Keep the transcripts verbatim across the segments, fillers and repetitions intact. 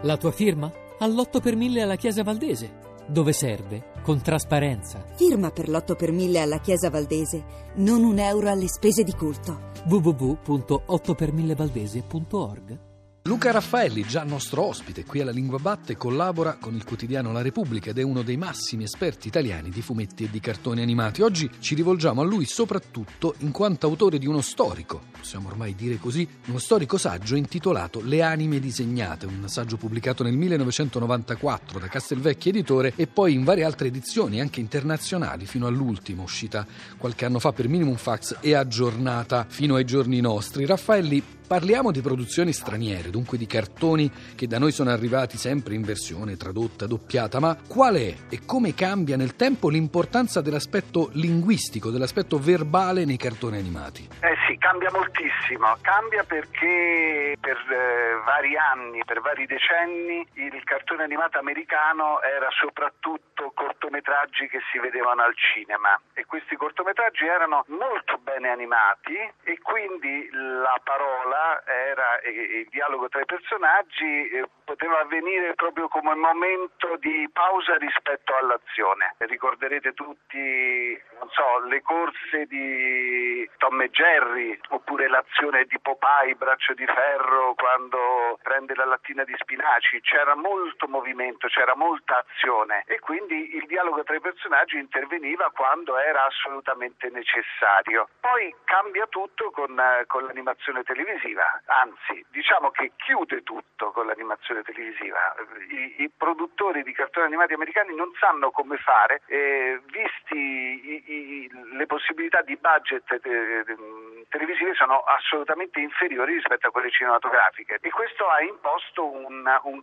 La tua firma? All'otto per mille alla Chiesa Valdese, dove serve con trasparenza. Firma per l'otto per mille alla Chiesa Valdese, non un euro alle spese di culto. w w w punto otto per mille valdese punto org. Luca Raffaelli, già nostro ospite qui alla Lingua Batte, collabora con il quotidiano La Repubblica ed è uno dei massimi esperti italiani di fumetti e di cartoni animati. Oggi ci rivolgiamo a lui soprattutto in quanto autore di uno storico, possiamo ormai dire così, uno storico saggio intitolato Le anime disegnate, un saggio pubblicato nel millenovecentonovantaquattro da Castelvecchi Editore e poi in varie altre edizioni, anche internazionali, fino all'ultima, uscita qualche anno fa per Minimum Fax e aggiornata fino ai giorni nostri. Raffaelli, parliamo di produzioni straniere, dunque di cartoni che da noi sono arrivati sempre in versione tradotta, doppiata, ma qual è e come cambia nel tempo l'importanza dell'aspetto linguistico, dell'aspetto verbale nei cartoni animati? Eh sì, cambia moltissimo, cambia perché per eh, vari anni, per vari decenni il cartone animato americano era soprattutto cortometraggi che si vedevano al cinema e questi cortometraggi erano molto bene animati e quindi la parola era e il dialogo tra i personaggi eh, poteva avvenire proprio come momento di pausa rispetto all'azione. Ricorderete tutti, non so, le corse di Tom e Jerry oppure l'azione di Popeye, Braccio di Ferro, quando prende la lattina di spinaci. C'era molto movimento, c'era molta azione e quindi il dialogo tra i personaggi interveniva quando era assolutamente necessario. Poi cambia tutto con, con l'animazione televisiva, anzi diciamo che chiude tutto con l'animazione televisiva. I, i produttori di cartoni animati americani non sanno come fare, eh, visti i, i, le possibilità di budget eh, televisive sono assolutamente inferiori rispetto a quelle cinematografiche e questo ha imposto un, un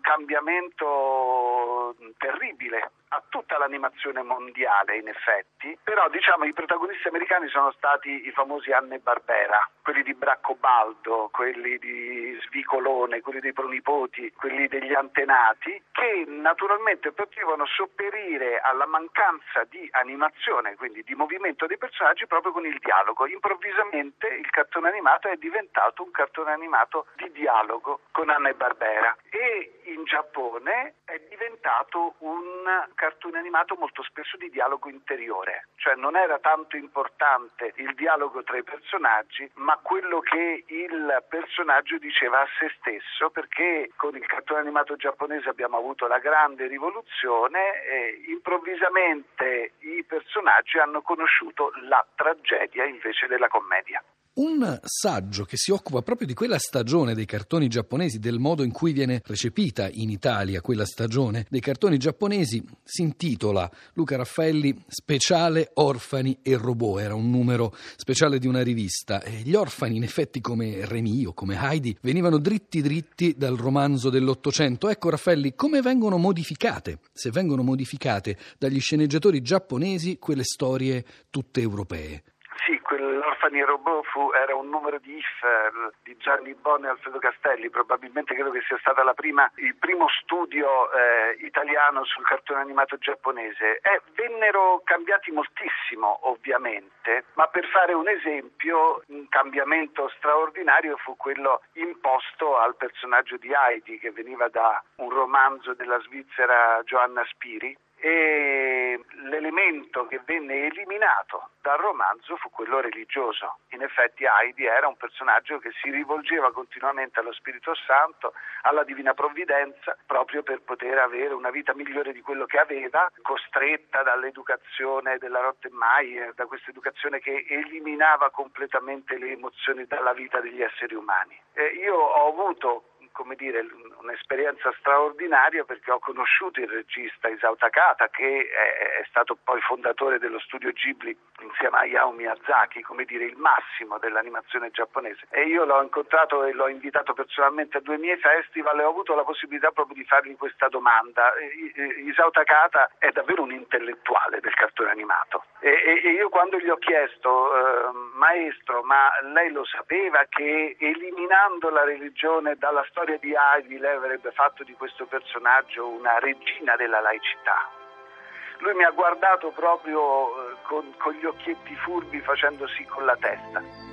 cambiamento terribile a tutta l'animazione mondiale in effetti, però diciamo i protagonisti americani sono stati i famosi Hanna-Barbera, quelli di Braccobaldo, quelli di Svicolone, quelli dei Pronipoti, quelli degli Antenati, che naturalmente potevano sopperire alla mancanza di animazione, quindi di movimento dei personaggi proprio con il dialogo. Improvvisamente il cartone animato è diventato un cartone animato di dialogo con Hanna-Barbera e in Giappone è diventato un cartone animato molto spesso di dialogo interiore, cioè non era tanto importante il dialogo tra i personaggi, ma quello che il personaggio diceva a se stesso, perché con il cartone animato giapponese abbiamo avuto la grande rivoluzione e improvvisamente i personaggi hanno conosciuto la tragedia invece della commedia. Un saggio che si occupa proprio di quella stagione dei cartoni giapponesi, del modo in cui viene recepita in Italia quella stagione dei cartoni giapponesi, si intitola, Luca Raffaelli, Speciale Orfani e Robot. Era un numero speciale di una rivista e gli orfani, in effetti, come Remy o come Heidi, venivano dritti dritti dal romanzo dell'Ottocento. Ecco, Raffaelli, come vengono modificate, se vengono modificate dagli sceneggiatori giapponesi, quelle storie tutte europee? Sì, quell'Orfani e Robot fu, era un numero di If di Gianni Bonne e Alfredo Castelli, probabilmente credo che sia stata la prima, il primo studio eh, italiano sul cartone animato giapponese. Eh, vennero cambiati moltissimo ovviamente, ma per fare un esempio, un cambiamento straordinario fu quello imposto al personaggio di Heidi, che veniva da un romanzo della svizzera Joanna Spiri, e l'elemento che venne eliminato dal romanzo fu quello religioso. In effetti Heidi era un personaggio che si rivolgeva continuamente allo Spirito Santo, alla Divina Provvidenza, proprio per poter avere una vita migliore di quello che aveva, costretta dall'educazione della Rottenmeier, da questa educazione che eliminava completamente le emozioni dalla vita degli esseri umani. E io ho avuto come dire, un'esperienza straordinaria perché ho conosciuto il regista Isao Takata, che è, è stato poi fondatore dello studio Ghibli insieme a Hayao Miyazaki, come dire il massimo dell'animazione giapponese, e io l'ho incontrato e l'ho invitato personalmente a due miei festival e ho avuto la possibilità proprio di fargli questa domanda. Isao Takata è davvero un intellettuale del cartone animato e, e io quando gli ho chiesto eh, maestro, ma lei lo sapeva che eliminando la religione dalla storia di Heidi lei avrebbe fatto di questo personaggio una regina della laicità? Lui mi ha guardato proprio eh, con, con gli occhietti furbi, facendosi con la testa.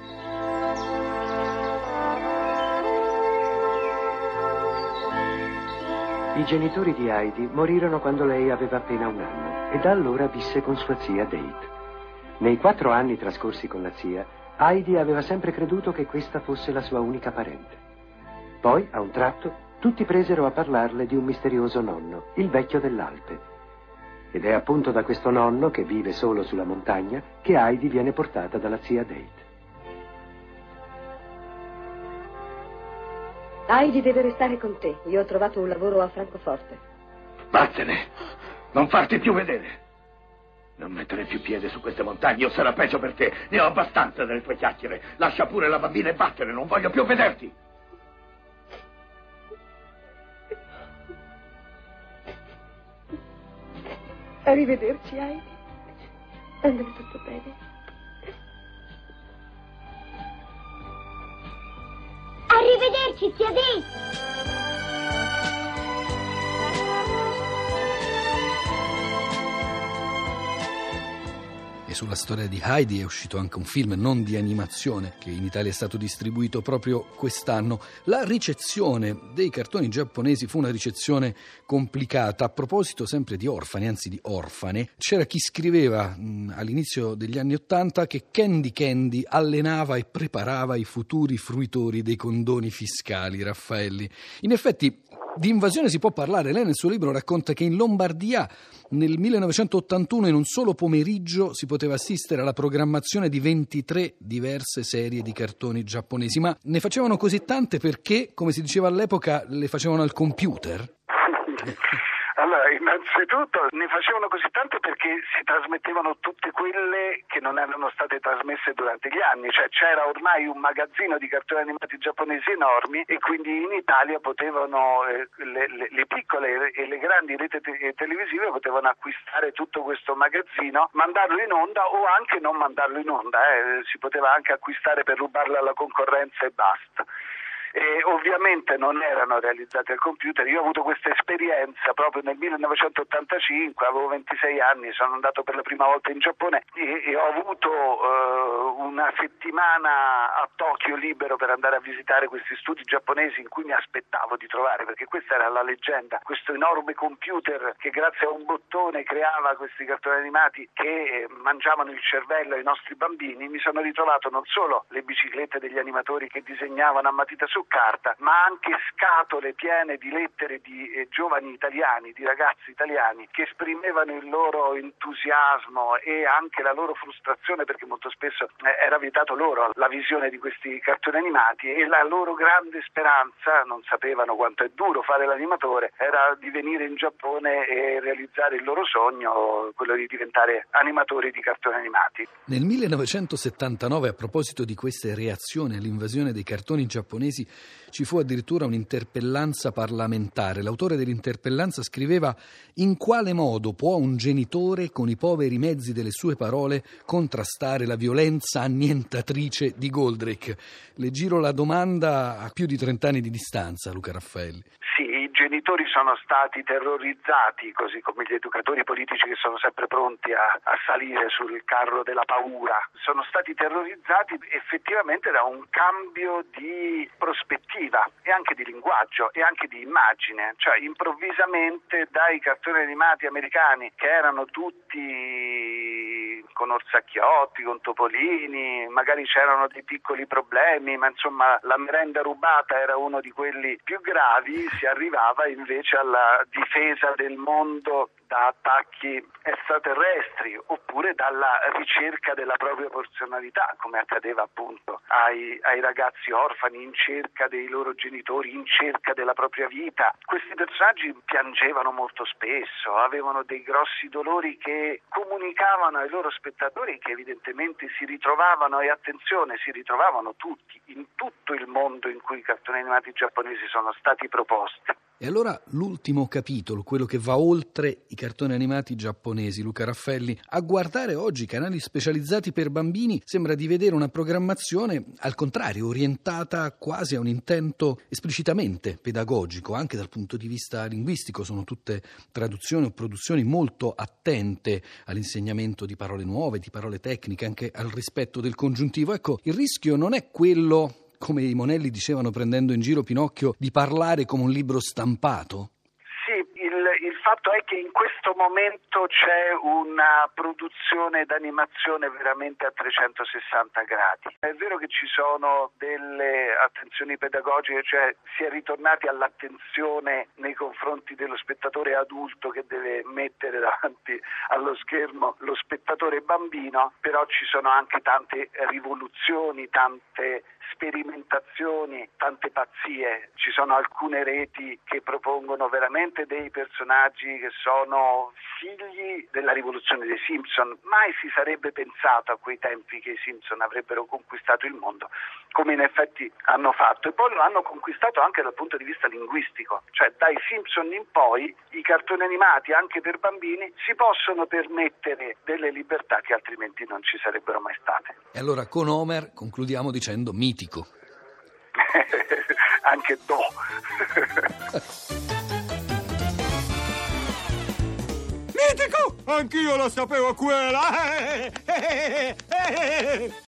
I genitori di Heidi morirono quando lei aveva appena un anno e da allora visse con sua zia Date. Nei quattro anni trascorsi con la zia, Heidi aveva sempre creduto che questa fosse la sua unica parente. Poi, a un tratto, tutti presero a parlarle di un misterioso nonno, il vecchio dell'Alpe. Ed è appunto da questo nonno, che vive solo sulla montagna, che Heidi viene portata dalla zia Date. Heidi deve restare con te. Io ho trovato un lavoro a Francoforte. Vattene. Non farti più vedere. Non mettere più piede su queste montagne o sarà peggio per te. Ne ho abbastanza delle tue chiacchiere. Lascia pure la bambina e vattene. Non voglio più vederti. Arrivederci, Heidi. Andrà tutto bene. Arrivederci, zia Date! E sulla storia di Heidi è uscito anche un film non di animazione che in Italia è stato distribuito proprio quest'anno. La ricezione dei cartoni giapponesi fu una ricezione complicata. A proposito sempre di orfani, anzi di orfane, c'era chi scriveva mh, all'inizio degli anni Ottanta che Candy Candy allenava e preparava i futuri fruitori dei condoni fiscali, Raffaelli. In effetti di invasione si può parlare. Lei nel suo libro racconta che in Lombardia nel millenovecentottantuno in un solo pomeriggio si poteva assistere alla programmazione di ventitré diverse serie di cartoni giapponesi, ma ne facevano così tante perché, come si diceva all'epoca, le facevano al computer? Allora, innanzitutto ne facevano così tanto perché si trasmettevano tutte quelle che non erano state trasmesse durante gli anni, cioè c'era ormai un magazzino di cartoni animati giapponesi enormi e quindi in Italia potevano, eh, le, le, le piccole e le grandi reti te- televisive potevano acquistare tutto questo magazzino, mandarlo in onda o anche non mandarlo in onda, eh, si poteva anche acquistare per rubarlo alla concorrenza e basta. E ovviamente non erano realizzate al computer. Io ho avuto questa esperienza proprio nel millenovecentottantacinque, avevo ventisei anni, sono andato per la prima volta in Giappone e, e ho avuto uh, una settimana a Tokyo libero per andare a visitare questi studi giapponesi in cui mi aspettavo di trovare, perché questa era la leggenda, questo enorme computer che grazie a un bottone creava questi cartoni animati che mangiavano il cervello ai nostri bambini. Mi sono ritrovato non solo le biciclette degli animatori che disegnavano a matita su carta, ma anche scatole piene di lettere di eh, giovani italiani, di ragazzi italiani che esprimevano il loro entusiasmo e anche la loro frustrazione, perché molto spesso eh, era vietato loro la visione di questi cartoni animati, e la loro grande speranza, non sapevano quanto è duro fare l'animatore, era di venire in Giappone e realizzare il loro sogno, quello di diventare animatori di cartoni animati. Nel millenovecentosettantanove, a proposito di queste reazioni all'invasione dei cartoni giapponesi, ci fu addirittura un'interpellanza parlamentare. L'autore dell'interpellanza scriveva: in quale modo può un genitore, con i poveri mezzi delle sue parole, contrastare la violenza annientatrice di Goldrake? Le giro la domanda a più di trent'anni di distanza, Luca Raffaelli. Sì, i genitori sono stati terrorizzati, così come gli educatori politici che sono sempre pronti a, a salire sul carro della paura. Sono stati terrorizzati effettivamente da un cambio di prospettiva e anche di linguaggio e anche di immagine. Cioè, improvvisamente dai cartoni animati americani, che erano tutti con orsacchiotti, con topolini, magari c'erano dei piccoli problemi, ma insomma la merenda rubata era uno di quelli più gravi, si arrivava invece alla difesa del mondo da attacchi extraterrestri oppure dalla ricerca della propria personalità, come accadeva appunto ai, ai ragazzi orfani in cerca dei loro genitori, in cerca della propria vita. Questi personaggi piangevano molto spesso, avevano dei grossi dolori che comunicavano ai loro spettatori, che evidentemente si ritrovavano, e attenzione, si ritrovavano tutti, in tutto il mondo in cui i cartoni animati giapponesi sono stati proposti. E allora l'ultimo capitolo, quello che va oltre i cartoni animati giapponesi, Luca Raffaelli, a guardare oggi i canali specializzati per bambini sembra di vedere una programmazione al contrario, orientata quasi a un intento esplicitamente pedagogico, anche dal punto di vista linguistico. Sono tutte traduzioni o produzioni molto attente all'insegnamento di parole nuove, di parole tecniche, anche al rispetto del congiuntivo. Ecco, il rischio non è quello, come i Monelli dicevano prendendo in giro Pinocchio, di parlare come un libro stampato? fatto è che in questo momento c'è una produzione d'animazione veramente a trecentosessanta gradi. È vero che ci sono delle attenzioni pedagogiche, cioè si è ritornati all'attenzione nei confronti dello spettatore adulto che deve mettere davanti allo schermo lo spettatore bambino, però ci sono anche tante rivoluzioni, tante sperimentazioni, tante pazzie. Ci sono alcune reti che propongono veramente dei personaggi che sono figli della rivoluzione dei Simpson. Mai si sarebbe pensato a quei tempi che i Simpson avrebbero conquistato il mondo, come in effetti hanno fatto, e poi lo hanno conquistato anche dal punto di vista linguistico, cioè dai Simpson in poi i cartoni animati anche per bambini si possono permettere delle libertà che altrimenti non ci sarebbero mai state. E allora con Homer concludiamo dicendo mitico. Anche do. Mitico! Anch'io lo sapevo quella!